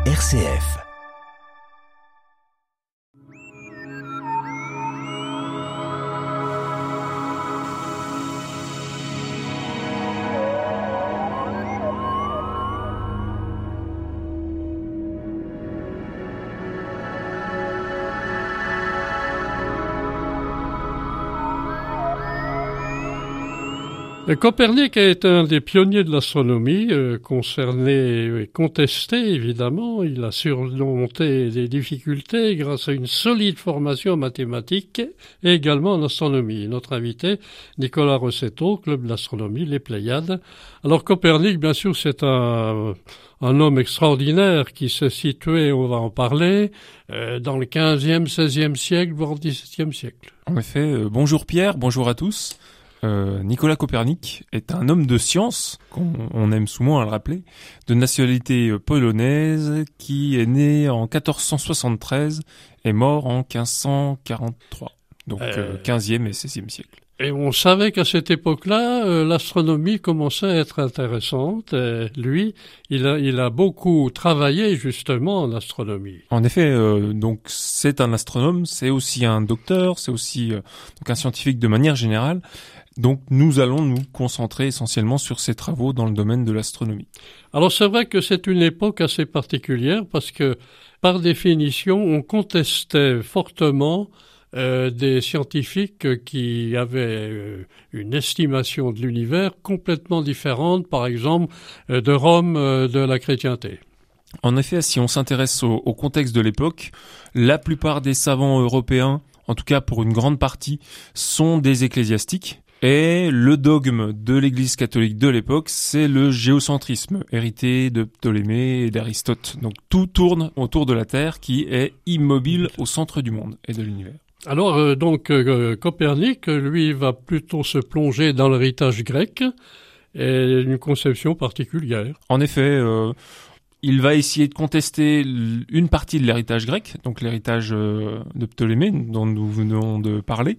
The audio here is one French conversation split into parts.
RCF. Copernic a été un des pionniers de l'astronomie, concerné et contesté évidemment. Il a surmonté des difficultés grâce à une solide formation en mathématiques et également en astronomie. Notre invité, Nicolas Rossetto, Club d'astronomie, les Pléiades. Alors Copernic, bien sûr, c'est un homme extraordinaire qui s'est situé, on va en parler, dans le 15e, 16e siècle, voire 17e siècle. En effet, bonjour Pierre, bonjour à tous. Nicolas Copernic est un homme de science, on aime souvent à le rappeler, de nationalité polonaise, qui est né en 1473 et mort en 1543, donc 15e et 16e siècle. Et on savait qu'à cette époque-là, l'astronomie commençait à être intéressante. Et lui, il a beaucoup travaillé justement en astronomie. En effet, donc c'est un astronome, c'est aussi un docteur, c'est aussi donc un scientifique de manière générale. Donc nous allons nous concentrer essentiellement sur ses travaux dans le domaine de l'astronomie. Alors c'est vrai que c'est une époque assez particulière parce que par définition on contestait fortement des scientifiques qui avaient une estimation de l'univers complètement différente, par exemple de Rome, de la chrétienté. En effet, si on s'intéresse au contexte de l'époque, la plupart des savants européens, en tout cas pour une grande partie, sont des ecclésiastiques. Et le dogme de l'Église catholique de l'époque, c'est le géocentrisme, hérité de Ptolémée et d'Aristote. Donc tout tourne autour de la Terre qui est immobile au centre du monde et de l'univers. Alors Copernic, lui, va plutôt se plonger dans l'héritage grec et une conception particulière. En effet, il va essayer de contester une partie de l'héritage grec, donc l'héritage de Ptolémée dont nous venons de parler,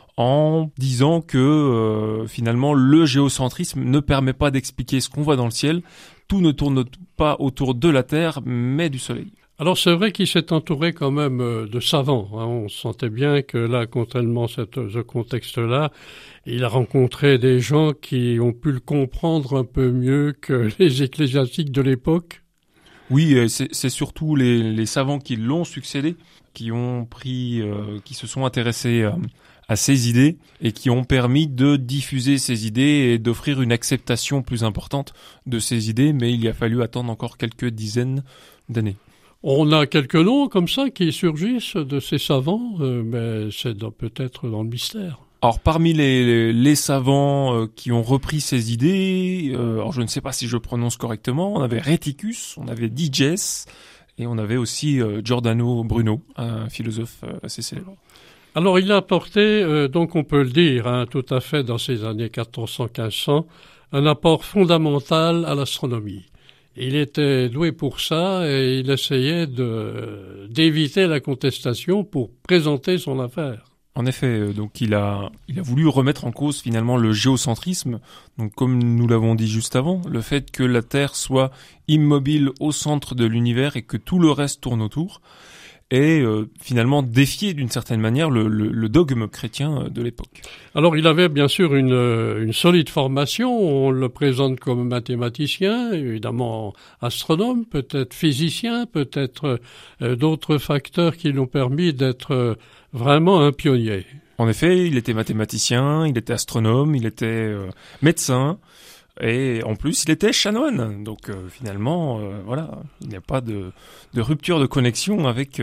en disant que finalement le géocentrisme ne permet pas d'expliquer ce qu'on voit dans le ciel. Tout ne tourne pas autour de la Terre, mais du Soleil. Alors c'est vrai qu'il s'est entouré quand même de savants. On sentait bien que là, contrairement à ce contexte-là, il a rencontré des gens qui ont pu le comprendre un peu mieux que les ecclésiastiques de l'époque. Oui, c'est surtout les savants qui l'ont succédé, qui ont pris, qui se sont intéressés à ces idées et qui ont permis de diffuser ces idées et d'offrir une acceptation plus importante de ces idées, mais il y a fallu attendre encore quelques dizaines d'années. On a quelques noms comme ça qui surgissent de ces savants, mais c'est peut-être dans le mystère. Alors parmi les savants qui ont repris ces idées, alors je ne sais pas si je prononce correctement, on avait Rhéticus, on avait Digès et on avait aussi Giordano Bruno, un philosophe assez célèbre. Alors il a apporté, donc on peut le dire, tout à fait dans ces années 1400-1500, un apport fondamental à l'astronomie. Il était doué pour ça et il essayait d'éviter la contestation pour présenter son affaire. En effet, donc il a voulu remettre en cause finalement le géocentrisme, donc comme nous l'avons dit juste avant, le fait que la Terre soit immobile au centre de l'univers et que tout le reste tourne autour. Et finalement défier d'une certaine manière le dogme chrétien de l'époque. Alors il avait bien sûr une solide formation, on le présente comme mathématicien, évidemment astronome, peut-être physicien, peut-être d'autres facteurs qui l'ont permis d'être vraiment un pionnier. En effet, il était mathématicien, il était astronome, il était médecin. Et en plus, il était chanoine, donc finalement, voilà, il n'y a pas de rupture de connexion avec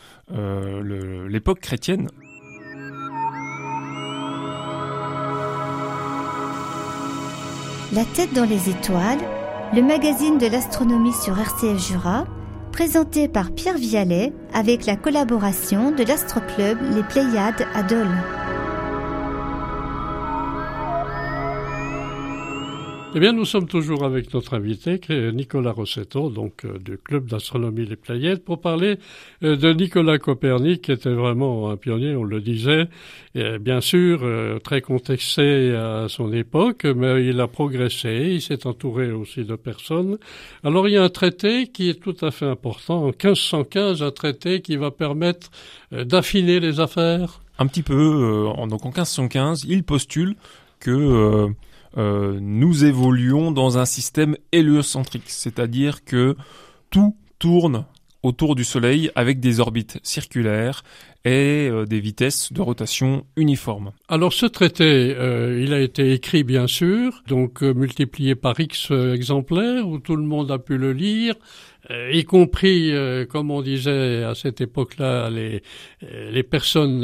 l'époque chrétienne. La tête dans les étoiles, le magazine de l'astronomie sur RCF Jura, présenté par Pierre Vialet avec la collaboration de l'Astroclub Les Pléiades à Dole. Eh bien, nous sommes toujours avec notre invité, Nicolas Rossetto, donc du Club d'astronomie Les Pléiades, pour parler de Nicolas Copernic, qui était vraiment un pionnier, on le disait, et bien sûr très contesté à son époque, mais il a progressé, il s'est entouré aussi de personnes. Alors, il y a un traité qui est tout à fait important, en 1515, un traité qui va permettre d'affiner les affaires. Un petit peu, donc en 1515, il postule que nous évoluons dans un système héliocentrique, c'est-à-dire que tout tourne autour du Soleil avec des orbites circulaires et des vitesses de rotation uniformes. Alors ce traité, il a été écrit bien sûr, donc multiplié par X exemplaires, où tout le monde a pu le lire, y compris, comme on disait à cette époque-là, les personnes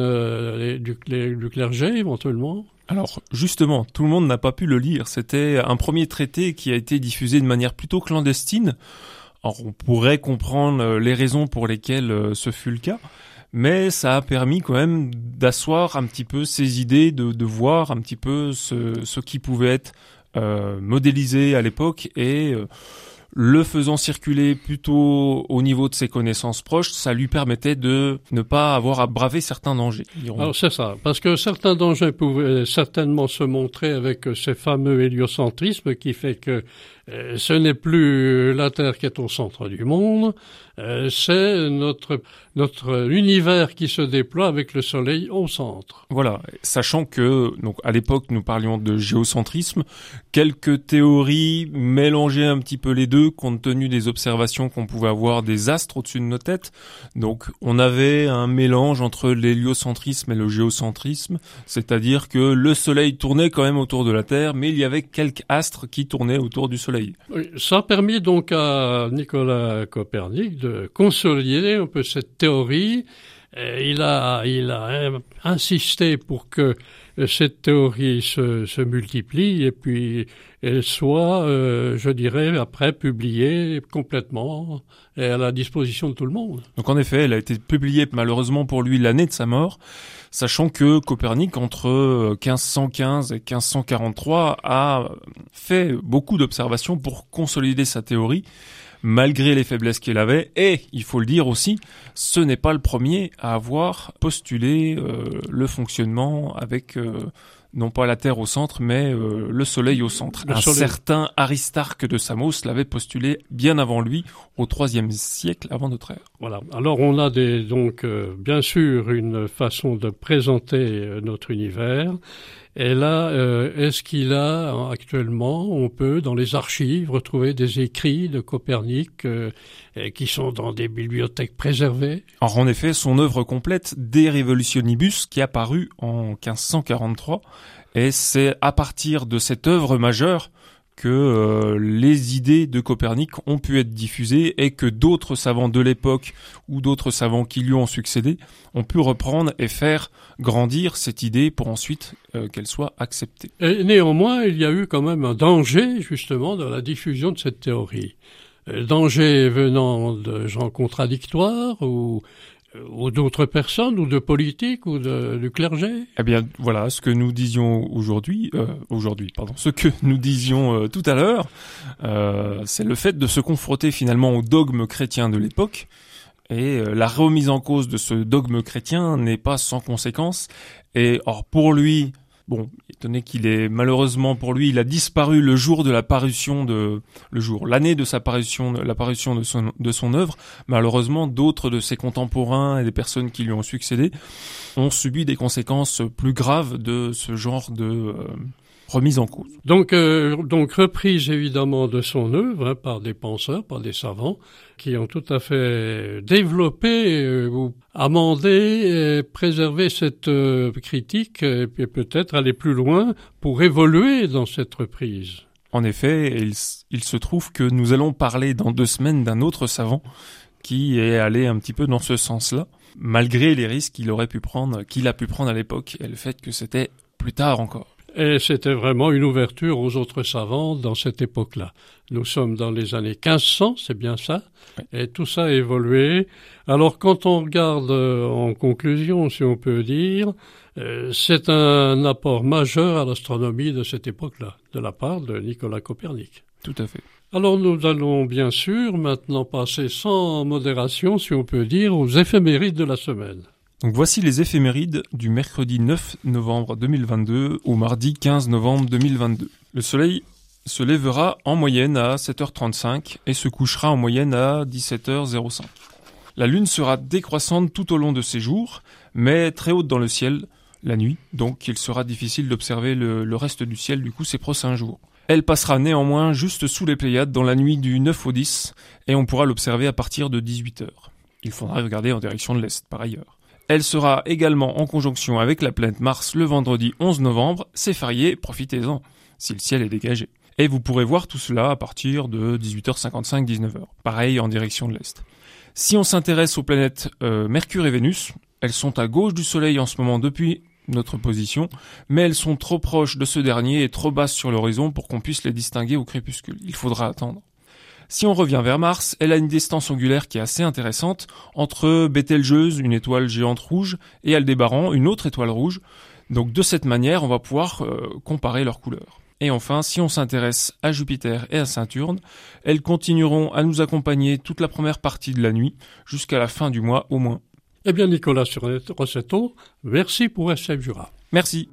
du clergé éventuellement. Alors justement, tout le monde n'a pas pu le lire. C'était un premier traité qui a été diffusé de manière plutôt clandestine. Alors on pourrait comprendre les raisons pour lesquelles ce fut le cas, mais ça a permis quand même d'asseoir un petit peu ces idées, de voir un petit peu ce qui pouvait être modélisé à l'époque et le faisant circuler plutôt au niveau de ses connaissances proches, ça lui permettait de ne pas avoir à braver certains dangers. Alors c'est ça, parce que certains dangers pouvaient certainement se montrer avec ces fameux héliocentrismes qui fait que ce n'est plus la Terre qui est au centre du monde, c'est notre univers qui se déploie avec le Soleil au centre. Voilà, sachant que donc à l'époque nous parlions de géocentrisme, quelques théories mélangeaient un petit peu les deux compte tenu des observations qu'on pouvait avoir des astres au-dessus de nos têtes. Donc on avait un mélange entre l'héliocentrisme et le géocentrisme, c'est-à-dire que le Soleil tournait quand même autour de la Terre, mais il y avait quelques astres qui tournaient autour du Soleil. Oui, ça a permis donc à Nicolas Copernic de consolider un peu cette théorie. Il a insisté pour que cette théorie se multiplie et puis elle soit, je dirais, après publiée complètement et à la disposition de tout le monde. Donc en effet, elle a été publiée malheureusement pour lui l'année de sa mort, sachant que Copernic, entre 1515 et 1543, a fait beaucoup d'observations pour consolider sa théorie, malgré les faiblesses qu'il avait, et, il faut le dire aussi, ce n'est pas le premier à avoir postulé le fonctionnement avec non pas la Terre au centre, mais le Soleil au centre. Un certain Aristarque de Samos l'avait postulé bien avant lui, au IIIe siècle avant notre ère. Voilà. Alors on a donc bien sûr une façon de présenter notre univers. Et là, est-ce qu'il a actuellement, on peut dans les archives retrouver des écrits de Copernic qui sont dans des bibliothèques préservées? Alors en effet, son œuvre complète, De Revolutionibus, qui est apparue en 1543, et c'est à partir de cette œuvre majeure que les idées de Copernic ont pu être diffusées et que d'autres savants de l'époque ou d'autres savants qui lui ont succédé ont pu reprendre et faire grandir cette idée pour ensuite qu'elle soit acceptée. Et néanmoins, il y a eu quand même un danger justement dans la diffusion de cette théorie. Danger venant de gens contradictoires ou d'autres personnes, ou de politiques, ou du clergé? Eh bien, voilà, ce que nous disions ce que nous disions tout à l'heure, c'est le fait de se confronter finalement au dogme chrétien de l'époque, et la remise en cause de ce dogme chrétien n'est pas sans conséquence, et or pour lui, bon, étonné qu'il est malheureusement pour lui, il a disparu le jour de la parution l'année de sa parution, l'apparition de son œuvre. Malheureusement, d'autres de ses contemporains et des personnes qui lui ont succédé ont subi des conséquences plus graves de ce genre de remise en cause. Donc reprise évidemment de son œuvre par des penseurs, par des savants qui ont tout à fait développé ou amendé et préservé cette critique et puis peut-être aller plus loin pour évoluer dans cette reprise. En effet, il se trouve que nous allons parler dans 2 semaines d'un autre savant qui est allé un petit peu dans ce sens-là, malgré les risques qu'il a pu prendre à l'époque et le fait que c'était plus tard encore. Et c'était vraiment une ouverture aux autres savants dans cette époque-là. Nous sommes dans les années 1500, c'est bien ça, oui. Et tout ça a évolué. Alors quand on regarde en conclusion, si on peut dire, c'est un apport majeur à l'astronomie de cette époque-là. de la part de Nicolas Copernic. Tout à fait. Alors nous allons bien sûr maintenant passer sans modération, si on peut dire, aux éphémérides de la semaine. Donc voici les éphémérides du mercredi 9 novembre 2022 au mardi 15 novembre 2022. Le soleil se lèvera en moyenne à 7h35 et se couchera en moyenne à 17h05. La lune sera décroissante tout au long de ses jours, mais très haute dans le ciel la nuit, donc il sera difficile d'observer le reste du ciel du coup ces prochains jours. Elle passera néanmoins juste sous les Pléiades dans la nuit du 9 au 10 et on pourra l'observer à partir de 18h. Il faudra regarder en direction de l'Est par ailleurs. Elle sera également en conjonction avec la planète Mars le vendredi 11 novembre, c'est férié, profitez-en, si le ciel est dégagé. Et vous pourrez voir tout cela à partir de 18h55, 19h, pareil en direction de l'Est. Si on s'intéresse aux planètes Mercure et Vénus, elles sont à gauche du Soleil en ce moment depuis notre position, mais elles sont trop proches de ce dernier et trop basses sur l'horizon pour qu'on puisse les distinguer au crépuscule. Il faudra attendre. Si on revient vers Mars, elle a une distance angulaire qui est assez intéressante entre Bételgeuse, une étoile géante rouge, et Aldébaran, une autre étoile rouge. Donc de cette manière, on va pouvoir comparer leurs couleurs. Et enfin, si on s'intéresse à Jupiter et à Saturne, elles continueront à nous accompagner toute la première partie de la nuit, jusqu'à la fin du mois au moins. Eh bien Nicolas Rossetto, merci pour SF Jura. Merci.